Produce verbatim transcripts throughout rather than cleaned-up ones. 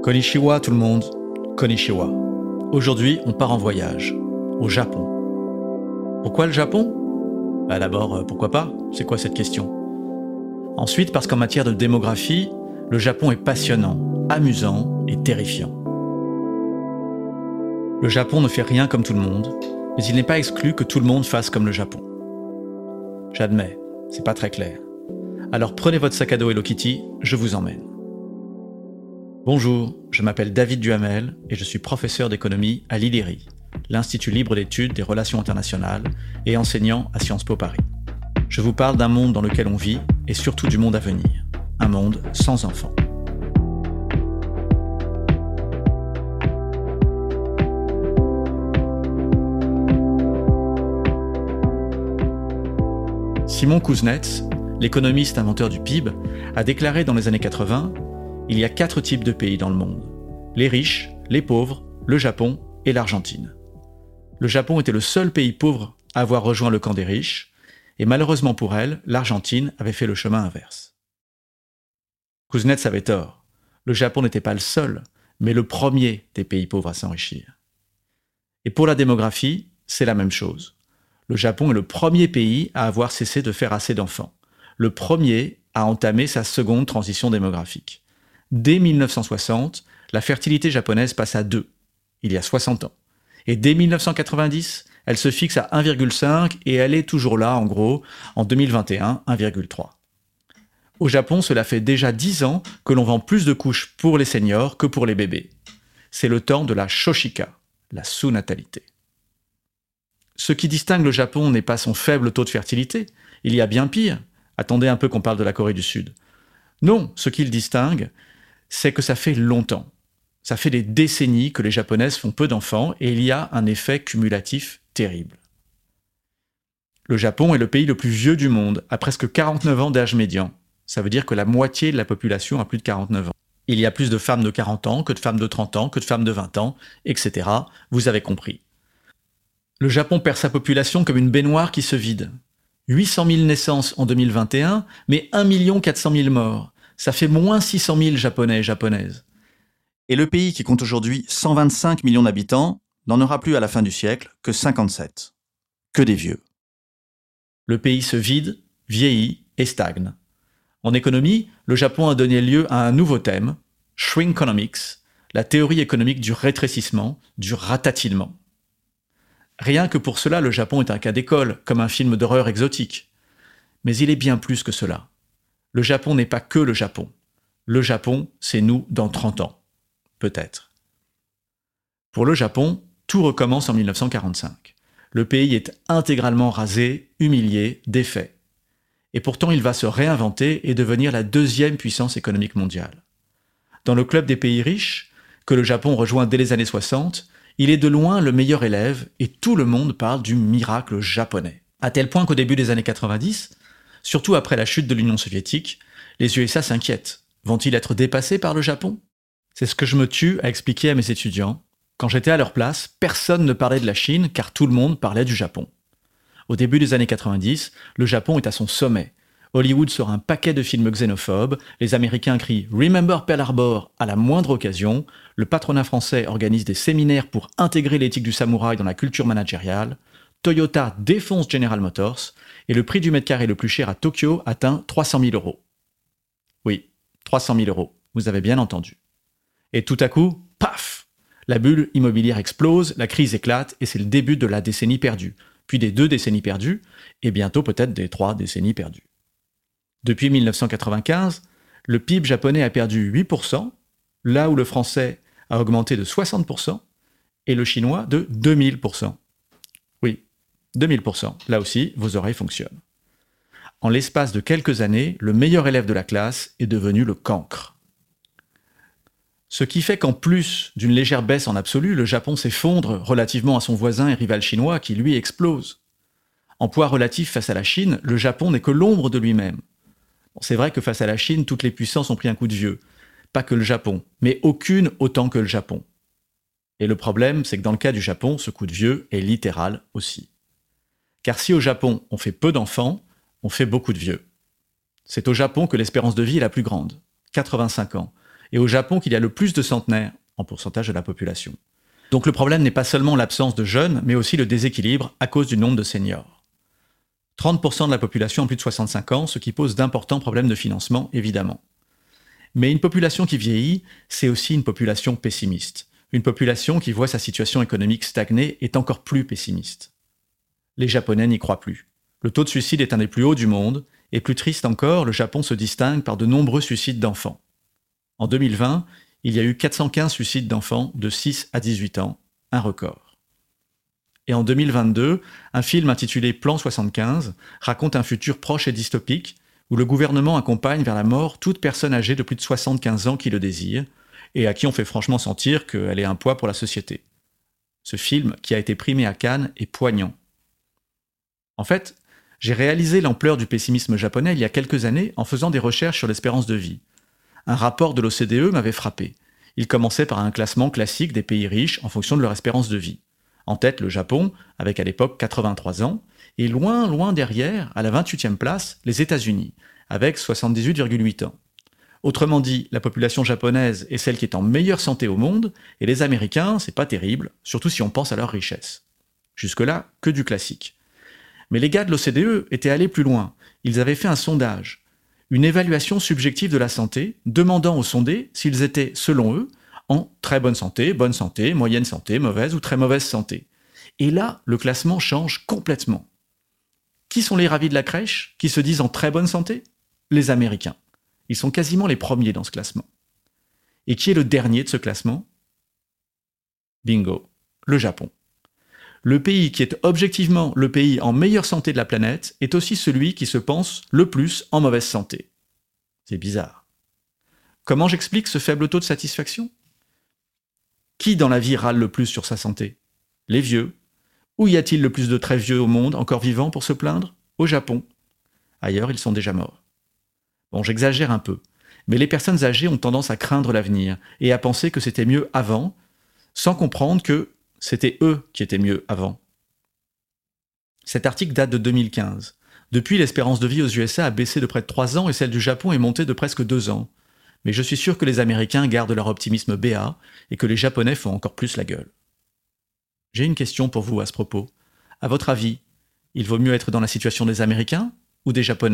Konnichiwa tout le monde, Konnichiwa. Aujourd'hui, on part en voyage, au Japon. Pourquoi le Japon ? Bah d'abord, euh, pourquoi pas ? C'est quoi cette question ? Ensuite, parce qu'en matière de démographie, le Japon est passionnant, amusant et terrifiant. Le Japon ne fait rien comme tout le monde, mais il n'est pas exclu que tout le monde fasse comme le Japon. J'admets, c'est pas très clair. Alors prenez votre sac à dos Hello Kitty, je vous emmène. Bonjour, je m'appelle David Duhamel et je suis professeur d'économie à l'I L I R I, l'Institut libre d'études des relations internationales, et enseignant à Sciences Po Paris. Je vous parle d'un monde dans lequel on vit et surtout du monde à venir, un monde sans enfants. Simon Kuznets, l'économiste inventeur du P I B, a déclaré dans les années quatre-vingts: il y a quatre types de pays dans le monde. Les riches, les pauvres, le Japon et l'Argentine. Le Japon était le seul pays pauvre à avoir rejoint le camp des riches, et malheureusement pour elle, l'Argentine avait fait le chemin inverse. Kuznets avait tort. Le Japon n'était pas le seul, mais le premier des pays pauvres à s'enrichir. Et pour la démographie, c'est la même chose. Le Japon est le premier pays à avoir cessé de faire assez d'enfants. Le premier à entamer sa seconde transition démographique. Dès mille neuf cent soixante, la fertilité japonaise passe à deux, il y a soixante ans. Et dès mille neuf cent quatre-vingt-dix, elle se fixe à un virgule cinq et elle est toujours là, en gros, en deux mille vingt et un, un virgule trois. Au Japon, cela fait déjà dix ans que l'on vend plus de couches pour les seniors que pour les bébés. C'est le temps de la shoshika, la sous-natalité. Ce qui distingue le Japon n'est pas son faible taux de fertilité, il y a bien pire. Attendez un peu qu'on parle de la Corée du Sud. Non, ce qui le distingue, c'est que ça fait longtemps. Ça fait des décennies que les Japonaises font peu d'enfants et il y a un effet cumulatif terrible. Le Japon est le pays le plus vieux du monde, à presque quarante-neuf ans d'âge médian. Ça veut dire que la moitié de la population a plus de quarante-neuf ans. Il y a plus de femmes de quarante ans que de femmes de trente ans, que de femmes de vingt ans, et cetera. Vous avez compris. Le Japon perd sa population comme une baignoire qui se vide. huit cent mille naissances en deux mille vingt et un, mais un million quatre cent mille morts. Ça fait moins six cent mille Japonais et Japonaises. Et le pays qui compte aujourd'hui cent vingt-cinq millions d'habitants n'en aura plus à la fin du siècle que cinquante-sept. Que des vieux. Le pays se vide, vieillit et stagne. En économie, le Japon a donné lieu à un nouveau thème, Shrinkonomics, la théorie économique du rétrécissement, du ratatinement. Rien que pour cela, le Japon est un cas d'école, comme un film d'horreur exotique. Mais il est bien plus que cela. Le Japon n'est pas que le Japon. Le Japon, c'est nous dans trente ans. Peut-être. Pour le Japon, tout recommence en mille neuf cent quarante-cinq. Le pays est intégralement rasé, humilié, défait. Et pourtant, il va se réinventer et devenir la deuxième puissance économique mondiale. Dans le club des pays riches, que le Japon rejoint dès les années soixante, il est de loin le meilleur élève et tout le monde parle du miracle japonais. À tel point qu'au début des années quatre-vingt-dix, surtout après la chute de l'Union soviétique, les U S A s'inquiètent. Vont-ils être dépassés par le Japon ? C'est ce que je me tue à expliquer à mes étudiants. Quand j'étais à leur place, personne ne parlait de la Chine car tout le monde parlait du Japon. Au début des années quatre-vingt-dix, le Japon est à son sommet. Hollywood sort un paquet de films xénophobes, les Américains crient « Remember Pearl Harbor » à la moindre occasion, le patronat français organise des séminaires pour intégrer l'éthique du samouraï dans la culture managériale, Toyota défonce General Motors, et le prix du mètre carré le plus cher à Tokyo atteint trois cent mille euros. Oui, trois cent mille euros, vous avez bien entendu. Et tout à coup, paf ! La bulle immobilière explose, la crise éclate, et c'est le début de la décennie perdue, puis des deux décennies perdues, et bientôt peut-être des trois décennies perdues. Depuis mille neuf cent quatre-vingt-quinze, le P I B japonais a perdu huit pour cent, là où le français a augmenté de soixante pour cent, et le chinois de deux mille pour cent. Oui, deux mille pour cent. Là aussi, vos oreilles fonctionnent. En l'espace de quelques années, le meilleur élève de la classe est devenu le cancre. Ce qui fait qu'en plus d'une légère baisse en absolu, le Japon s'effondre relativement à son voisin et rival chinois qui, lui, explose. En poids relatif face à la Chine, le Japon n'est que l'ombre de lui-même. Bon, c'est vrai que face à la Chine, toutes les puissances ont pris un coup de vieux. Pas que le Japon, mais aucune autant que le Japon. Et le problème, c'est que dans le cas du Japon, ce coup de vieux est littéral aussi. Car si au Japon, on fait peu d'enfants, on fait beaucoup de vieux. C'est au Japon que l'espérance de vie est la plus grande, quatre-vingt-cinq ans. et au Japon qu'il y a le plus de centenaires en pourcentage de la population. Donc le problème n'est pas seulement l'absence de jeunes, mais aussi le déséquilibre à cause du nombre de seniors. trente pour cent de la population a plus de soixante-cinq ans, ce qui pose d'importants problèmes de financement, évidemment. Mais une population qui vieillit, c'est aussi une population pessimiste. Une population qui voit sa situation économique stagner est encore plus pessimiste. Les Japonais n'y croient plus. Le taux de suicide est un des plus hauts du monde, et plus triste encore, le Japon se distingue par de nombreux suicides d'enfants. En deux mille vingt, il y a eu quatre cent quinze suicides d'enfants de six à dix-huit ans, un record. Et en deux mille vingt-deux, un film intitulé Plan soixante-quinze raconte un futur proche et dystopique où le gouvernement accompagne vers la mort toute personne âgée de plus de soixante-quinze ans qui le désire et à qui on fait franchement sentir qu'elle est un poids pour la société. Ce film, qui a été primé à Cannes, est poignant. En fait, j'ai réalisé l'ampleur du pessimisme japonais il y a quelques années en faisant des recherches sur l'espérance de vie. Un rapport de l'O C D E m'avait frappé. Il commençait par un classement classique des pays riches en fonction de leur espérance de vie. En tête, le Japon, avec à l'époque quatre-vingt-trois ans, et loin, loin derrière, à la vingt-huitième place, les États-Unis, avec soixante-dix-huit virgule huit ans. Autrement dit, la population japonaise est celle qui est en meilleure santé au monde, et les Américains, c'est pas terrible, surtout si on pense à leur richesse. Jusque-là, que du classique. Mais les gars de l'O C D E étaient allés plus loin. Ils avaient fait un sondage, une évaluation subjective de la santé, demandant aux sondés s'ils étaient, selon eux, en très bonne santé, bonne santé, moyenne santé, mauvaise ou très mauvaise santé. Et là, le classement change complètement. Qui sont les ravis de la crèche, qui se disent en très bonne santé ? Les Américains. Ils sont quasiment les premiers dans ce classement. Et qui est le dernier de ce classement ? Bingo, le Japon. Le pays qui est objectivement le pays en meilleure santé de la planète est aussi celui qui se pense le plus en mauvaise santé. C'est bizarre. Comment j'explique ce faible taux de satisfaction ? Qui dans la vie râle le plus sur sa santé ? Les vieux. Où y a-t-il le plus de très vieux au monde encore vivants pour se plaindre ? Au Japon. Ailleurs, ils sont déjà morts. Bon, j'exagère un peu, mais les personnes âgées ont tendance à craindre l'avenir et à penser que c'était mieux avant, sans comprendre que c'était eux qui étaient mieux avant. Cet article date de deux mille quinze. Depuis, l'espérance de vie aux U S A a baissé de près de trois ans et celle du Japon est montée de presque deux ans. Mais je suis sûr que les Américains gardent leur optimisme béat et que les Japonais font encore plus la gueule. J'ai une question pour vous à ce propos. À votre avis, il vaut mieux être dans la situation des Américains ou des Japonais ?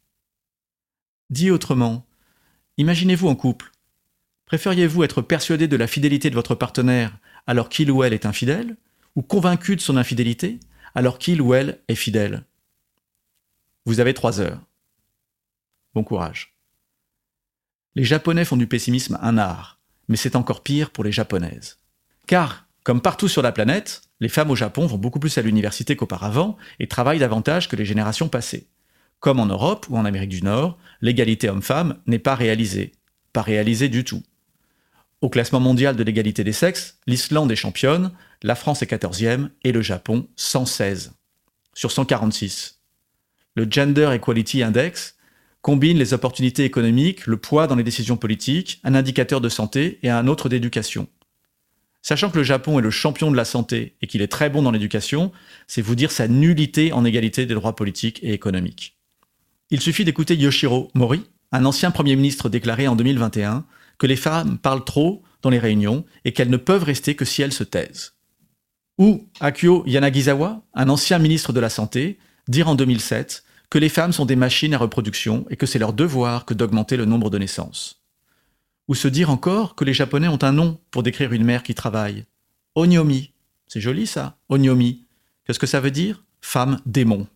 Dit autrement, imaginez-vous en couple. Préfériez-vous être persuadé de la fidélité de votre partenaire alors qu'il ou elle est infidèle, ou convaincu de son infidélité alors qu'il ou elle est fidèle ? Vous avez trois heures. Bon courage. Les Japonais font du pessimisme un art, mais c'est encore pire pour les Japonaises. Car, comme partout sur la planète, les femmes au Japon vont beaucoup plus à l'université qu'auparavant et travaillent davantage que les générations passées. Comme en Europe ou en Amérique du Nord, l'égalité homme-femme n'est pas réalisée. Pas réalisée du tout. Au classement mondial de l'égalité des sexes, l'Islande est championne, la France est quatorzième et le Japon cent seize, sur cent quarante-six. Le Gender Equality Index combine les opportunités économiques, le poids dans les décisions politiques, un indicateur de santé et un autre d'éducation. Sachant que le Japon est le champion de la santé et qu'il est très bon dans l'éducation, c'est vous dire sa nullité en égalité des droits politiques et économiques. Il suffit d'écouter Yoshiro Mori, un ancien Premier ministre déclaré en deux mille vingt et un que les femmes parlent trop dans les réunions et qu'elles ne peuvent rester que si elles se taisent. Ou Akio Yanagisawa, un ancien ministre de la Santé, dire en deux mille sept que les femmes sont des machines à reproduction et que c'est leur devoir que d'augmenter le nombre de naissances. Ou se dire encore que les Japonais ont un nom pour décrire une mère qui travaille. Onyomi. C'est joli ça, Onyomi. Qu'est-ce que ça veut dire ? Femme démon.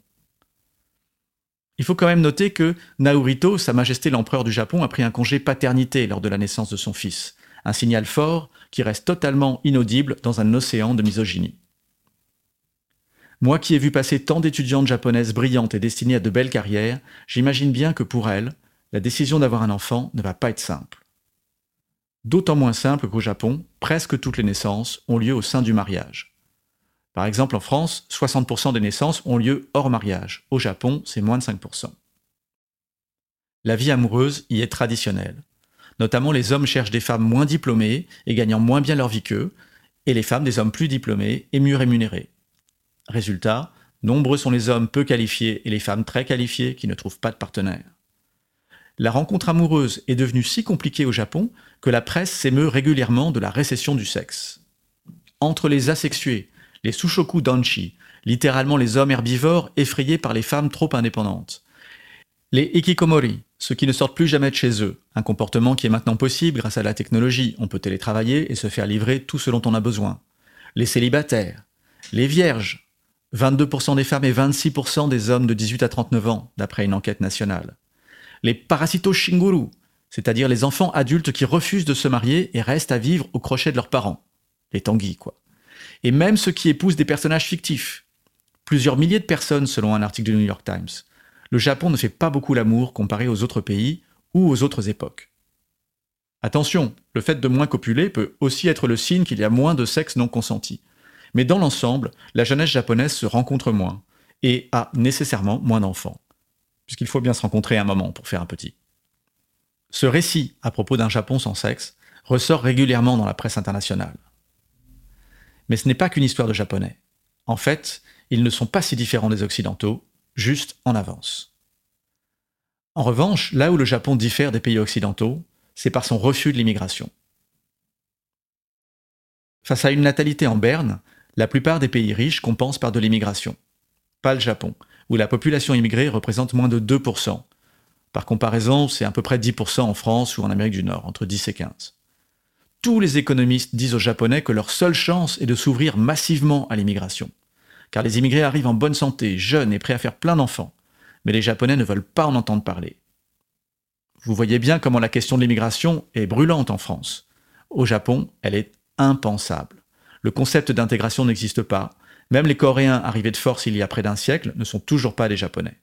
Il faut quand même noter que Naruhito, Sa Majesté l'Empereur du Japon, a pris un congé paternité lors de la naissance de son fils. Un signal fort qui reste totalement inaudible dans un océan de misogynie. Moi qui ai vu passer tant d'étudiantes japonaises brillantes et destinées à de belles carrières, j'imagine bien que pour elles, la décision d'avoir un enfant ne va pas être simple. D'autant moins simple qu'au Japon, presque toutes les naissances ont lieu au sein du mariage. Par exemple, en France, soixante pour cent des naissances ont lieu hors mariage. Au Japon, c'est moins de cinq pour cent. La vie amoureuse y est traditionnelle. Notamment, les hommes cherchent des femmes moins diplômées et gagnant moins bien leur vie qu'eux, et les femmes des hommes plus diplômés et mieux rémunérés. Résultat, nombreux sont les hommes peu qualifiés et les femmes très qualifiées qui ne trouvent pas de partenaire. la rencontre amoureuse est devenue si compliquée au Japon que la presse s'émeut régulièrement de la récession du sexe. Entre les asexués, les sushoku danshi, littéralement les hommes herbivores effrayés par les femmes trop indépendantes, les hikikomori, ceux qui ne sortent plus jamais de chez eux, un comportement qui est maintenant possible grâce à la technologie, on peut télétravailler et se faire livrer tout ce dont on a besoin, les célibataires, les vierges, vingt-deux pour cent des femmes et vingt-six pour cent des hommes de dix-huit à trente-neuf ans, d'après une enquête nationale. Les parasito shinguru, c'est-à-dire les enfants adultes qui refusent de se marier et restent à vivre au crochet de leurs parents. Les tanguis, quoi. Et même ceux qui épousent des personnages fictifs. Plusieurs milliers de personnes, selon un article du New York Times. Le Japon ne fait pas beaucoup l'amour comparé aux autres pays ou aux autres époques. Attention, le fait de moins copuler peut aussi être le signe qu'il y a moins de sexe non consenti. Mais dans l'ensemble, la jeunesse japonaise se rencontre moins et a nécessairement moins d'enfants. Puisqu'il faut bien se rencontrer un moment pour faire un petit. Ce récit, à propos d'un Japon sans sexe, ressort régulièrement dans la presse internationale. Mais ce n'est pas qu'une histoire de Japonais. En fait, ils ne sont pas si différents des Occidentaux, juste en avance. En revanche, là où le Japon diffère des pays occidentaux, c'est par son refus de l'immigration. Face à une natalité en berne, la plupart des pays riches compensent par de l'immigration. Pas le Japon, où la population immigrée représente moins de deux pour cent. Par comparaison, c'est à peu près dix pour cent en France ou en Amérique du Nord, entre dix et quinze. Tous les économistes disent aux Japonais que leur seule chance est de s'ouvrir massivement à l'immigration. Car les immigrés arrivent en bonne santé, jeunes et prêts à faire plein d'enfants. Mais les Japonais ne veulent pas en entendre parler. Vous voyez bien comment la question de l'immigration est brûlante en France. Au Japon, elle est impensable. Le concept d'intégration n'existe pas. Même les Coréens arrivés de force il y a près d'un siècle ne sont toujours pas des Japonais.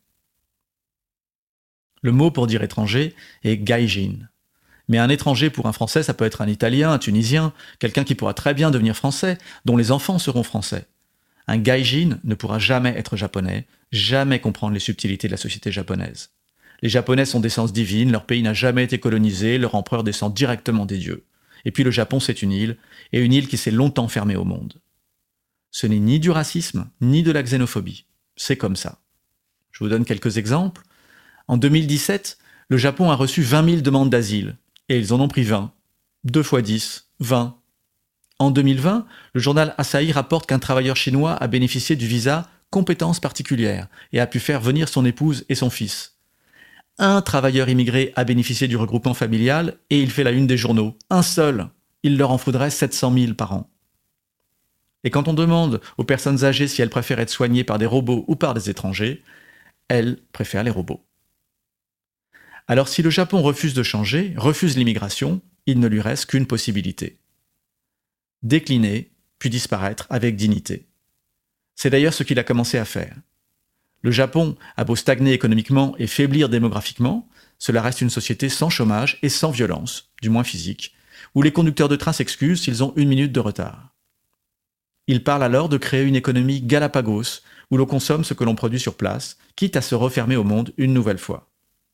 Le mot pour dire étranger est gaijin. Mais un étranger pour un Français, ça peut être un Italien, un Tunisien, quelqu'un qui pourra très bien devenir français, dont les enfants seront français. Un gaijin ne pourra jamais être japonais, jamais comprendre les subtilités de la société japonaise. Les Japonais sont d'essence divine, leur pays n'a jamais été colonisé, leur empereur descend directement des dieux. Et puis le Japon, c'est une île, et une île qui s'est longtemps fermée au monde. Ce n'est ni du racisme, ni de la xénophobie. C'est comme ça. Je vous donne quelques exemples. En deux mille dix-sept, le Japon a reçu vingt mille demandes d'asile, et ils en ont pris vingt. deux fois dix, vingt. En deux mille vingt, le journal Asahi rapporte qu'un travailleur chinois a bénéficié du visa « compétences particulières » et a pu faire venir son épouse et son fils. Un travailleur immigré a bénéficié du regroupement familial et il fait la une des journaux. Un seul. Il leur en faudrait sept cent mille par an. Et quand on demande aux personnes âgées si elles préfèrent être soignées par des robots ou par des étrangers, elles préfèrent les robots. Alors si le Japon refuse de changer, refuse l'immigration, il ne lui reste qu'une possibilité. Décliner, puis disparaître avec dignité. C'est d'ailleurs ce qu'il a commencé à faire. Le Japon a beau stagner économiquement et faiblir démographiquement, cela reste une société sans chômage et sans violence, du moins physique, où les conducteurs de train s'excusent s'ils ont une minute de retard. Il parle alors de créer une économie Galapagos, où l'on consomme ce que l'on produit sur place, quitte à se refermer au monde une nouvelle fois.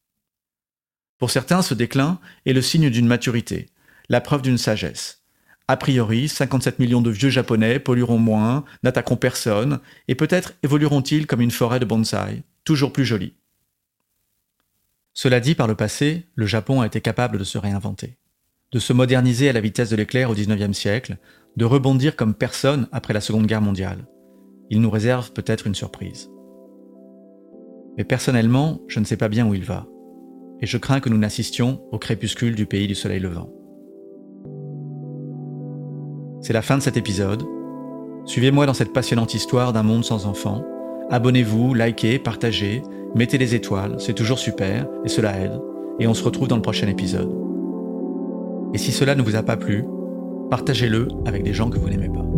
Pour certains, ce déclin est le signe d'une maturité, la preuve d'une sagesse. A priori, cinquante-sept millions de vieux japonais pollueront moins, n'attaqueront personne, et peut-être évolueront-ils comme une forêt de bonsaï, toujours plus jolie. Cela dit, par le passé, le Japon a été capable de se réinventer, de se moderniser à la vitesse de l'éclair au dix-neuvième siècle, de rebondir comme personne après la Seconde Guerre mondiale. Il nous réserve peut-être une surprise. Mais personnellement, je ne sais pas bien où il va, et je crains que nous n'assistions au crépuscule du pays du soleil levant. C'est la fin de cet épisode. Suivez-moi dans cette passionnante histoire d'un monde sans enfants. Abonnez-vous, likez, partagez, mettez des étoiles, c'est toujours super, et cela aide. Et on se retrouve dans le prochain épisode. Et si cela ne vous a pas plu, partagez-le avec des gens que vous n'aimez pas.